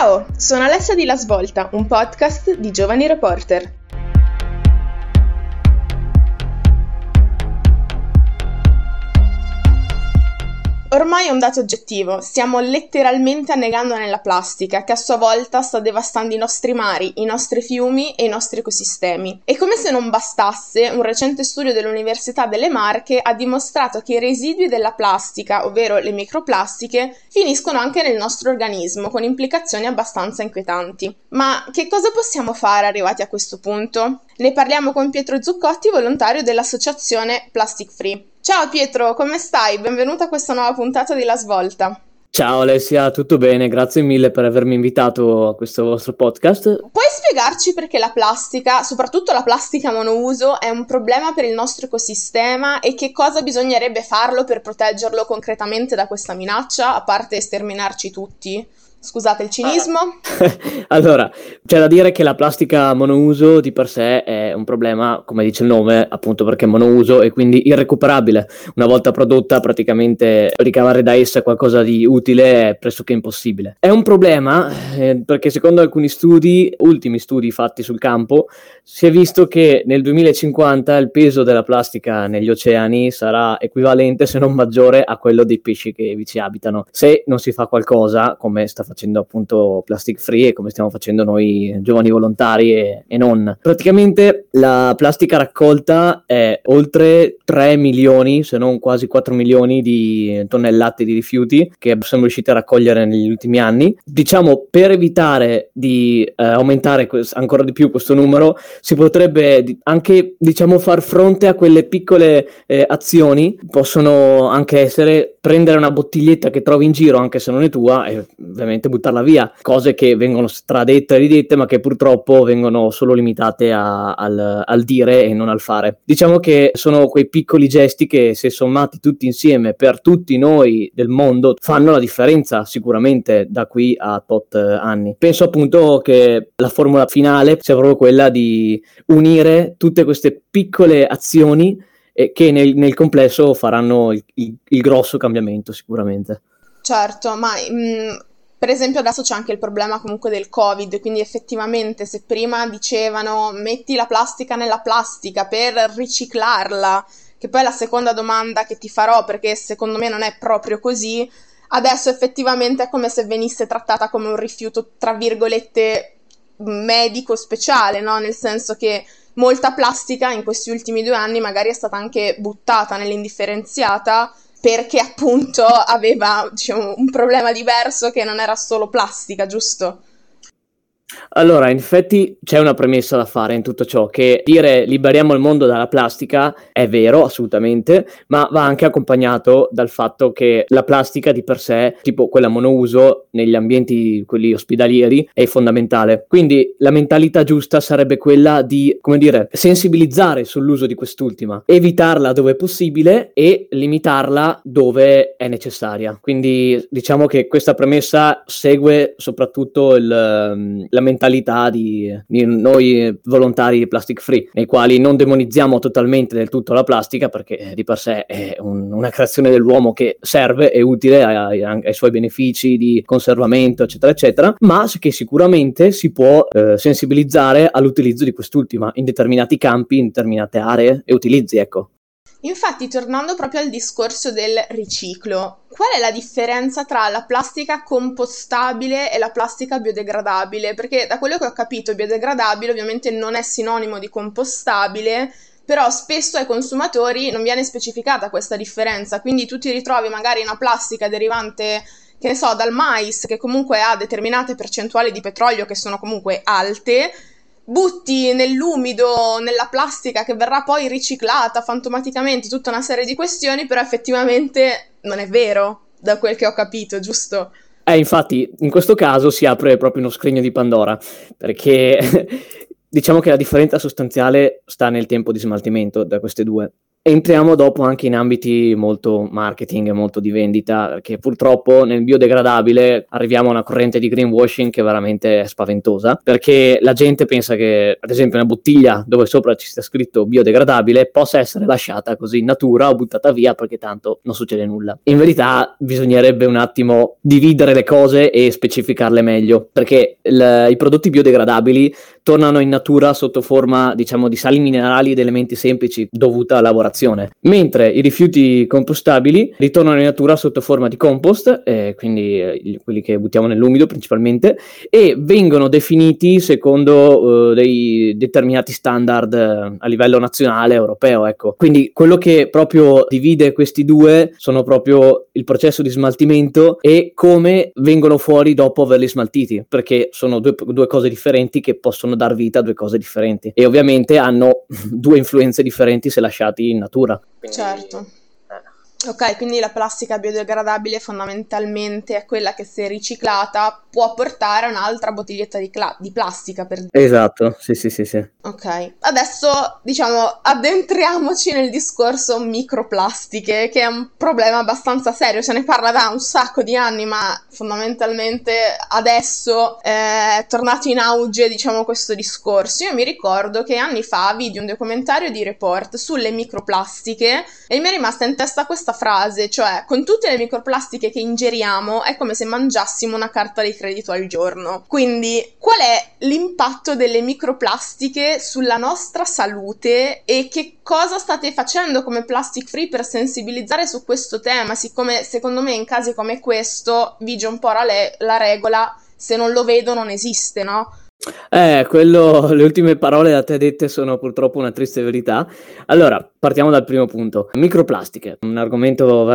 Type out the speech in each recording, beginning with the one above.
Ciao, sono Alessia di La Svolta, un podcast di Giovani Reporter. Ormai è un dato oggettivo, stiamo letteralmente annegando nella plastica che a sua volta sta devastando i nostri mari, i nostri fiumi e i nostri ecosistemi. E come se non bastasse, un recente studio dell'Università delle Marche ha dimostrato che i residui della plastica, ovvero le microplastiche, finiscono anche nel nostro organismo, con implicazioni abbastanza inquietanti. Ma che cosa possiamo fare arrivati a questo punto? Ne parliamo con Pietro Zuccotti, volontario dell'associazione Plastic Free. Ciao Pietro, come stai? Benvenuto a questa nuova puntata di La Svolta. Ciao Alessia, tutto bene? Grazie mille per avermi invitato a questo vostro podcast. Puoi spiegarci perché la plastica, soprattutto la plastica monouso, è un problema per il nostro ecosistema e che cosa bisognerebbe farlo per proteggerlo concretamente da questa minaccia, a parte sterminarci tutti? Scusate il cinismo. Allora, c'è da dire che la plastica monouso di per sé è un problema, come dice il nome, appunto perché è monouso e quindi irrecuperabile. Una volta prodotta, praticamente ricavare da essa qualcosa di utile è pressoché impossibile. È un problema perché secondo alcuni studi, ultimi studi fatti sul campo, si è visto che nel 2050 il peso della plastica negli oceani sarà equivalente, se non maggiore, a quello dei pesci che vi ci abitano. Se non si fa qualcosa, come sta facendo appunto Plastic Free e come stiamo facendo noi giovani volontari e non. Praticamente la plastica raccolta è oltre 3 milioni, se non quasi 4 milioni di tonnellate di rifiuti che siamo riusciti a raccogliere negli ultimi anni. Diciamo, per evitare di aumentare ancora di più questo numero, si potrebbe anche, diciamo, far fronte a quelle piccole azioni. Possono anche essere prendere una bottiglietta che trovi in giro, anche se non è tua, e ovviamente buttarla via, cose che vengono stradette e ridette ma che purtroppo vengono solo limitate al dire e non al fare. Diciamo che sono quei piccoli gesti che, se sommati tutti insieme per tutti noi del mondo, fanno la differenza sicuramente da qui a tot anni. Penso appunto che la formula finale sia proprio quella di unire tutte queste piccole azioni che nel complesso faranno il grosso cambiamento sicuramente. Certo, ma per esempio adesso c'è anche il problema comunque del Covid, quindi effettivamente se prima dicevano metti la plastica nella plastica per riciclarla, che poi è la seconda domanda che ti farò perché secondo me non è proprio così, adesso effettivamente è come se venisse trattata come un rifiuto tra virgolette medico speciale, no? Nel senso che molta plastica in questi ultimi 2 anni magari è stata anche buttata nell'indifferenziata perché appunto aveva, diciamo, un problema diverso che non era solo plastica, giusto? Allora, in effetti c'è una premessa da fare in tutto ciò, che dire liberiamo il mondo dalla plastica è vero, assolutamente, ma va anche accompagnato dal fatto che la plastica di per sé, tipo quella monouso, negli ambienti, quelli ospedalieri, è fondamentale. Quindi la mentalità giusta sarebbe quella di, come dire, sensibilizzare sull'uso di quest'ultima, evitarla dove è possibile e limitarla dove è necessaria. Quindi diciamo che questa premessa segue soprattutto la mentalità di noi volontari Plastic Free, nei quali non demonizziamo totalmente del tutto la plastica perché di per sé è una creazione dell'uomo che serve, è utile, ai suoi benefici di conservamento eccetera eccetera, ma che sicuramente si può sensibilizzare all'utilizzo di quest'ultima in determinati campi, in determinate aree e utilizzi, ecco. Infatti, tornando proprio al discorso del riciclo, qual è la differenza tra la plastica compostabile e la plastica biodegradabile? Perché da quello che ho capito, biodegradabile ovviamente non è sinonimo di compostabile, però spesso ai consumatori non viene specificata questa differenza, quindi tu ti ritrovi magari una plastica derivante, che ne so, dal mais, che comunque ha determinate percentuali di petrolio che sono comunque alte, butti nell'umido, nella plastica che verrà poi riciclata fantomaticamente, tutta una serie di questioni, però effettivamente non è vero, da quel che ho capito, giusto? Infatti, in questo caso si apre proprio uno scrigno di Pandora, perché diciamo che la differenza sostanziale sta nel tempo di smaltimento da queste due. entriamo dopo anche in ambiti molto marketing e molto di vendita, perché purtroppo nel biodegradabile arriviamo a una corrente di greenwashing che veramente è spaventosa, perché la gente pensa che, ad esempio, una bottiglia dove sopra ci sia scritto biodegradabile possa essere lasciata così in natura o buttata via perché tanto non succede nulla. In verità bisognerebbe un attimo dividere le cose e specificarle meglio, perché i prodotti biodegradabili tornano in natura sotto forma, diciamo, di sali minerali ed elementi semplici dovuta a lavorazione, mentre i rifiuti compostabili ritornano in natura sotto forma di compost, quindi quelli che buttiamo nell'umido principalmente, e vengono definiti secondo dei determinati standard a livello nazionale, europeo, ecco. Quindi quello che proprio divide questi due sono proprio il processo di smaltimento e come vengono fuori dopo averli smaltiti, perché sono due cose differenti che possono dar vita a due cose differenti e ovviamente hanno due influenze differenti se lasciati in natura. Quindi, certo. Ok, quindi la plastica biodegradabile fondamentalmente è quella che, se riciclata, può portare a un'altra bottiglietta di plastica, per dire. Esatto, sì. Ok, adesso diciamo addentriamoci nel discorso microplastiche, che è un problema abbastanza serio, se ne parla da un sacco di anni, ma fondamentalmente adesso è tornato in auge, diciamo, questo discorso. Io mi ricordo che anni fa vidi un documentario di Report sulle microplastiche e mi è rimasta in testa questa frase, cioè: con tutte le microplastiche che ingeriamo è come se mangiassimo una carta di credito al giorno. Quindi qual è l'impatto delle microplastiche sulla nostra salute e che cosa state facendo come Plastic Free per sensibilizzare su questo tema, siccome secondo me in casi come questo vige un po' la regola: se non lo vedo non esiste, no? Le ultime parole da te dette sono purtroppo una triste verità. Allora, partiamo dal primo punto. Microplastiche, un argomento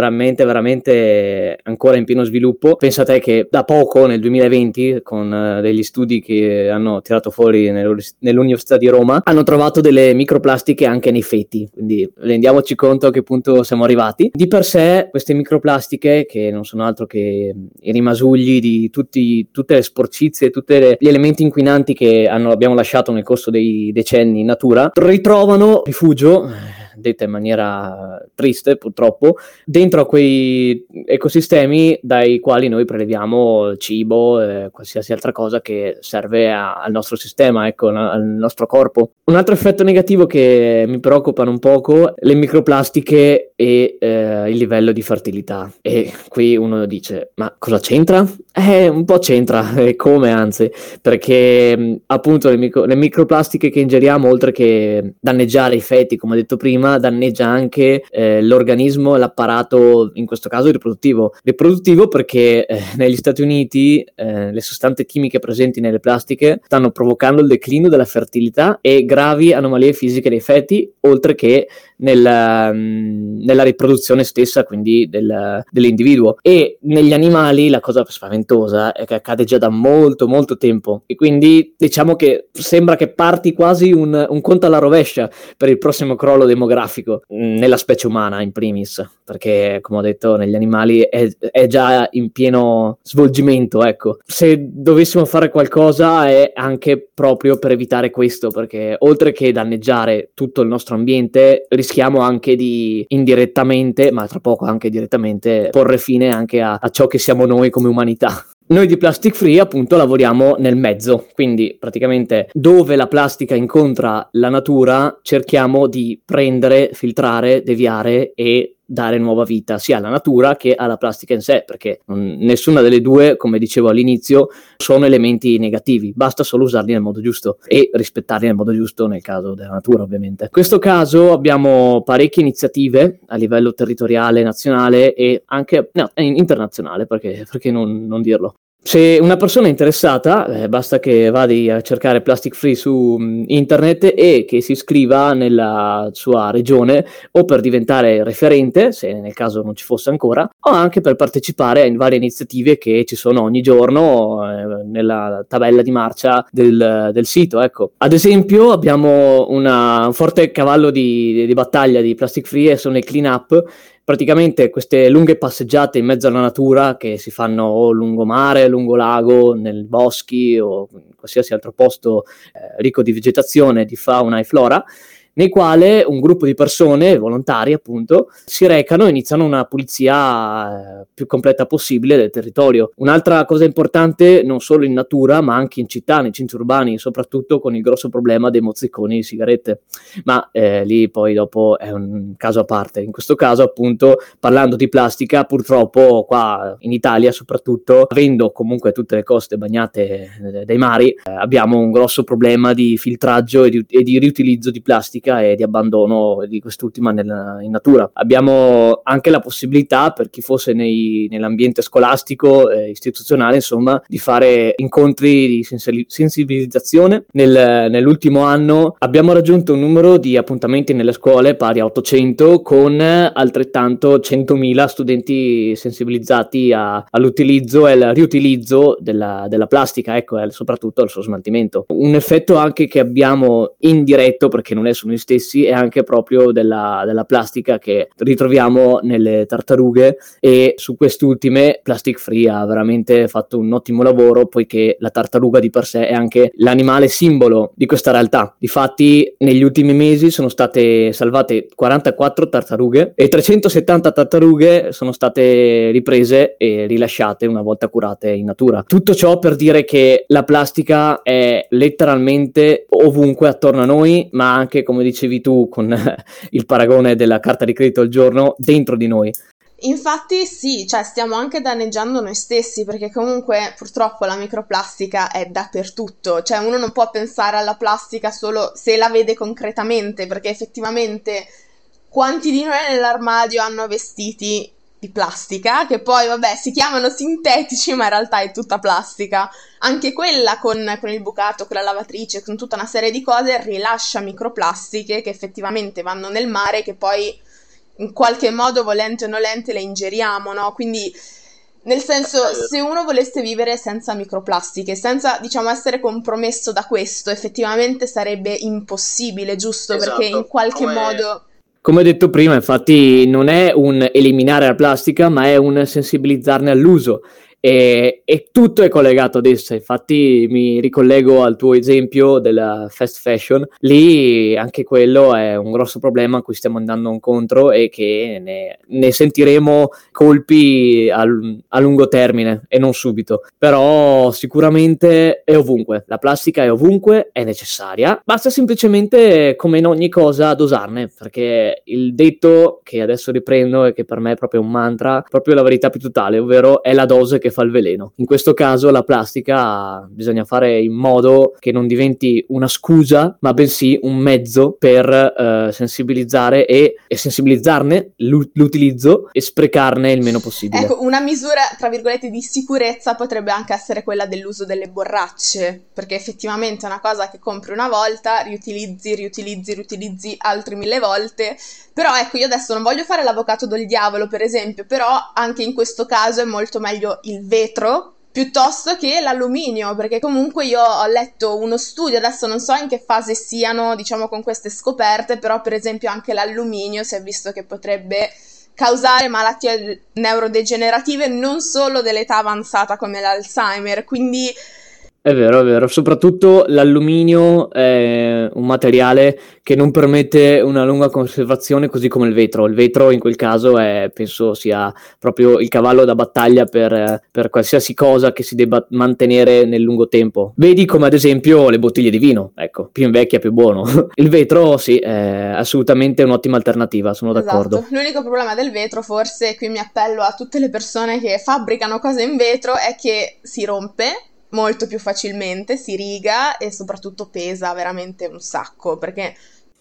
veramente ancora in pieno sviluppo. Pensa te che da poco, nel 2020, con degli studi che hanno tirato fuori nell'Università di Roma, hanno trovato delle microplastiche anche nei feti, quindi rendiamoci conto a che punto siamo arrivati. Di per sé, queste microplastiche, che non sono altro che i rimasugli di tutte le sporcizie, tutti gli elementi inquinanti che abbiamo lasciato nel corso dei decenni in natura, ritrovano rifugio, detta in maniera triste purtroppo, dentro a quei ecosistemi dai quali noi preleviamo cibo e qualsiasi altra cosa che serve al nostro sistema, ecco, al nostro corpo. Un altro effetto negativo che mi preoccupano un poco, le microplastiche e il livello di fertilità. E qui uno dice: ma cosa c'entra? Un po' c'entra, come anzi, perché appunto le microplastiche che ingeriamo, oltre che danneggiare i feti, come ho detto prima, danneggia anche l'organismo e l'apparato, in questo caso riproduttivo. Riproduttivo perché negli Stati Uniti le sostanze chimiche presenti nelle plastiche stanno provocando il declino della fertilità e gravi anomalie fisiche dei feti, oltre che nella riproduzione stessa, quindi dell'individuo. E negli animali la cosa spaventosa è che accade già da molto molto tempo, e quindi diciamo che sembra che parti quasi un conto alla rovescia per il prossimo crollo demografico nella specie umana in primis, perché come ho detto negli animali è già in pieno svolgimento, ecco. Se dovessimo fare qualcosa è anche proprio per evitare questo, perché oltre che danneggiare tutto il nostro ambiente rischiamo anche di indirettamente, ma tra poco anche direttamente, porre fine anche a ciò che siamo noi come umanità. Noi di Plastic Free appunto lavoriamo nel mezzo, quindi praticamente dove la plastica incontra la natura cerchiamo di prendere, filtrare, deviare e dare nuova vita sia alla natura che alla plastica in sé, perché nessuna delle due, come dicevo all'inizio, sono elementi negativi, basta solo usarli nel modo giusto e rispettarli nel modo giusto nel caso della natura, ovviamente. In questo caso abbiamo parecchie iniziative a livello territoriale, nazionale e anche internazionale, perché non dirlo. Se una persona è interessata, basta che vada a cercare Plastic Free su internet e che si iscriva nella sua regione, o per diventare referente, se nel caso non ci fosse ancora, o anche per partecipare a varie iniziative che ci sono ogni giorno nella tabella di marcia del sito. Ecco. Ad esempio abbiamo un forte cavallo di battaglia di Plastic Free e sono i clean up. Praticamente queste lunghe passeggiate in mezzo alla natura che si fanno o lungo mare, lungo lago, nei boschi o in qualsiasi altro posto ricco di vegetazione, di fauna e flora, nei quali un gruppo di persone, volontari appunto, si recano e iniziano una pulizia più completa possibile del territorio. Un'altra cosa importante, non solo in natura, ma anche in città, nei centri urbani, soprattutto con il grosso problema dei mozziconi di sigarette. Ma lì poi dopo è un caso a parte. In questo caso, appunto, parlando di plastica, purtroppo qua in Italia soprattutto, avendo comunque tutte le coste bagnate dai mari, abbiamo un grosso problema di filtraggio e di riutilizzo di plastica e di abbandono di quest'ultima in natura. Abbiamo anche la possibilità, per chi fosse nell'ambiente scolastico, istituzionale, insomma, di fare incontri di sensibilizzazione. Nell'ultimo anno abbiamo raggiunto un numero di appuntamenti nelle scuole pari a 800, con altrettanto 100.000 studenti sensibilizzati all'utilizzo e al riutilizzo della plastica, ecco, e soprattutto al suo smaltimento. Un effetto anche che abbiamo indiretto, perché non è su noi stessi, è anche proprio della plastica che ritroviamo nelle tartarughe, e su quest'ultime Plastic Free ha veramente fatto un ottimo lavoro, poiché la tartaruga di per sé è anche l'animale simbolo di questa realtà. Difatti negli ultimi mesi sono state salvate 44 tartarughe e 370 tartarughe sono state riprese e rilasciate una volta curate in natura. Tutto ciò per dire che la plastica è letteralmente ovunque attorno a noi, ma anche, come dicevi tu con il paragone della carta di credito al giorno, dentro di noi. Infatti sì, cioè stiamo anche danneggiando noi stessi, perché comunque purtroppo la microplastica è dappertutto, cioè uno non può pensare alla plastica solo se la vede concretamente, perché effettivamente quanti di noi nell'armadio hanno vestiti di plastica, che poi vabbè si chiamano sintetici ma in realtà è tutta plastica. Anche quella con il bucato, con la lavatrice, con tutta una serie di cose rilascia microplastiche che effettivamente vanno nel mare, che poi in qualche modo, volente o nolente, le ingeriamo, no? Quindi, nel senso, se uno volesse vivere senza microplastiche, senza, diciamo, essere compromesso da questo, effettivamente sarebbe impossibile, giusto? Esatto. Perché in qualche modo... Come detto prima, infatti, non è un eliminare la plastica, ma è un sensibilizzarne all'uso. E tutto è collegato ad essa. Infatti mi ricollego al tuo esempio della fast fashion. Lì anche quello è un grosso problema a cui stiamo andando incontro e che ne sentiremo colpi a lungo termine e non subito. Però sicuramente è ovunque, la plastica è ovunque, è necessaria, basta semplicemente, come in ogni cosa, dosarne, perché il detto che adesso riprendo e che per me è proprio un mantra, proprio la verità più totale, ovvero è la dose che fa il veleno. In questo caso la plastica bisogna fare in modo che non diventi una scusa, ma bensì un mezzo per sensibilizzare e sensibilizzarne l'utilizzo e sprecarne il meno possibile. Ecco, una misura, tra virgolette, di sicurezza potrebbe anche essere quella dell'uso delle borracce, perché effettivamente è una cosa che compri una volta, riutilizzi altri 1000 volte. Però ecco, io adesso non voglio fare l'avvocato del diavolo, per esempio, però anche in questo caso è molto meglio il vetro piuttosto che l'alluminio, perché comunque io ho letto uno studio, adesso non so in che fase siano, diciamo, con queste scoperte, però per esempio anche l'alluminio si è visto che potrebbe causare malattie neurodegenerative non solo dell'età avanzata come l'Alzheimer, quindi... È vero, soprattutto l'alluminio è un materiale che non permette una lunga conservazione, così come il vetro. Il vetro in quel caso penso sia proprio il cavallo da battaglia per qualsiasi cosa che si debba mantenere nel lungo tempo. Vedi come ad esempio le bottiglie di vino, ecco, più invecchia più buono. Il vetro sì, è assolutamente un'ottima alternativa, sono d'accordo. Esatto. L'unico problema del vetro, forse, qui mi appello a tutte le persone che fabbricano cose in vetro, è che si rompe molto più facilmente, si riga e soprattutto pesa veramente un sacco, perché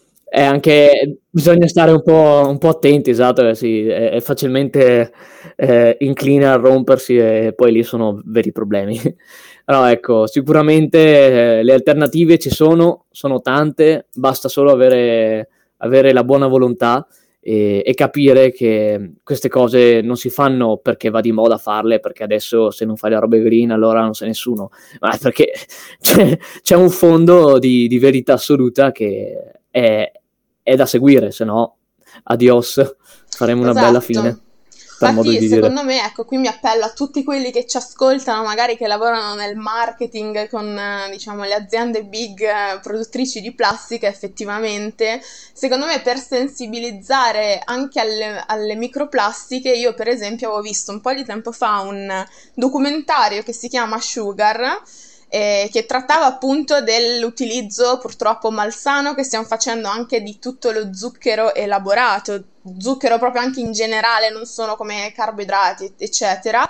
anche bisogna stare un po' attenti, esatto, sì, è facilmente inclina a rompersi e poi lì sono veri problemi. Allora ecco, sicuramente le alternative ci sono tante, basta solo avere la buona volontà e capire che queste cose non si fanno perché va di moda farle, perché adesso se non fai le robe green allora non sei nessuno, ma perché c'è un fondo di verità assoluta che è da seguire, se no adios, faremo una bella fine. per modo di Infatti, dire. secondo me, ecco, qui mi appello a tutti quelli che ci ascoltano, magari che lavorano nel marketing con, diciamo, le aziende big produttrici di plastica, effettivamente. Secondo me, per sensibilizzare anche alle microplastiche, io per esempio avevo visto un po' di tempo fa un documentario che si chiama Sugar, che trattava appunto dell'utilizzo purtroppo malsano che stiamo facendo anche di tutto lo zucchero elaborato, zucchero proprio anche in generale, non solo come carboidrati, eccetera.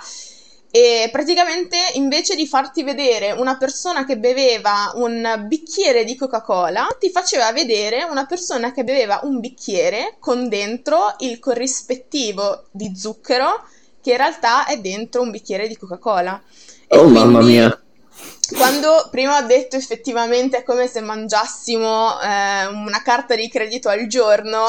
E praticamente invece di farti vedere una persona che beveva un bicchiere di Coca-Cola, ti faceva vedere una persona che beveva un bicchiere con dentro il corrispettivo di zucchero che in realtà è dentro un bicchiere di Coca-Cola. E Oh, quindi, mamma mia. quando prima ho detto effettivamente è come se mangiassimo una carta di credito al giorno,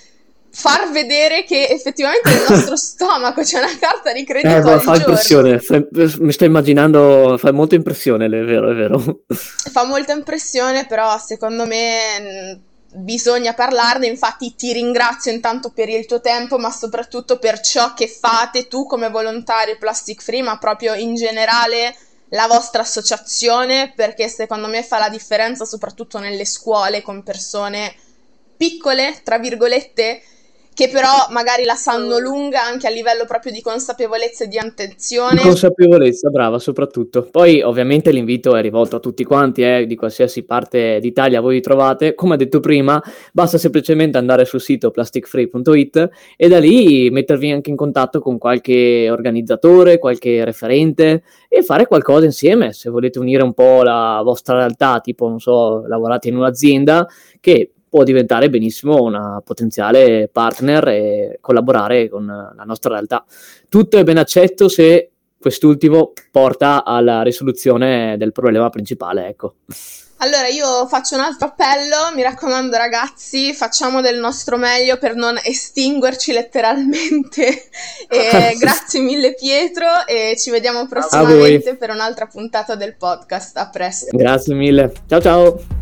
far vedere che effettivamente nel nostro stomaco c'è una carta di credito al Fa giorno impressione, mi sto immaginando, fa molta impressione, è vero, è vero. fa molta impressione, però secondo me bisogna parlarne. Infatti ti ringrazio intanto per il tuo tempo, ma soprattutto per ciò che fate tu come volontario Plastic Free, ma proprio in generale la vostra associazione, perché secondo me fa la differenza soprattutto nelle scuole con persone piccole, tra virgolette, che però magari la sanno lunga anche a livello proprio di consapevolezza e di Di attenzione. consapevolezza, brava, soprattutto. Poi ovviamente l'invito è rivolto a tutti quanti, di qualsiasi parte d'Italia voi vi trovate. Come ho detto prima, basta semplicemente andare sul sito plasticfree.it e da lì mettervi anche in contatto con qualche organizzatore, qualche referente e fare qualcosa insieme. Se volete unire un po' la vostra realtà, tipo, non so, lavorate in un'azienda che può diventare benissimo una potenziale partner e collaborare con la nostra realtà. Tutto è ben accetto se quest'ultimo porta alla risoluzione del problema principale, ecco. Allora io faccio un altro appello, mi raccomando ragazzi, facciamo del nostro meglio per non estinguerci letteralmente. E grazie mille Pietro e ci vediamo prossimamente per un'altra puntata del podcast. A presto. Grazie mille. Ciao ciao.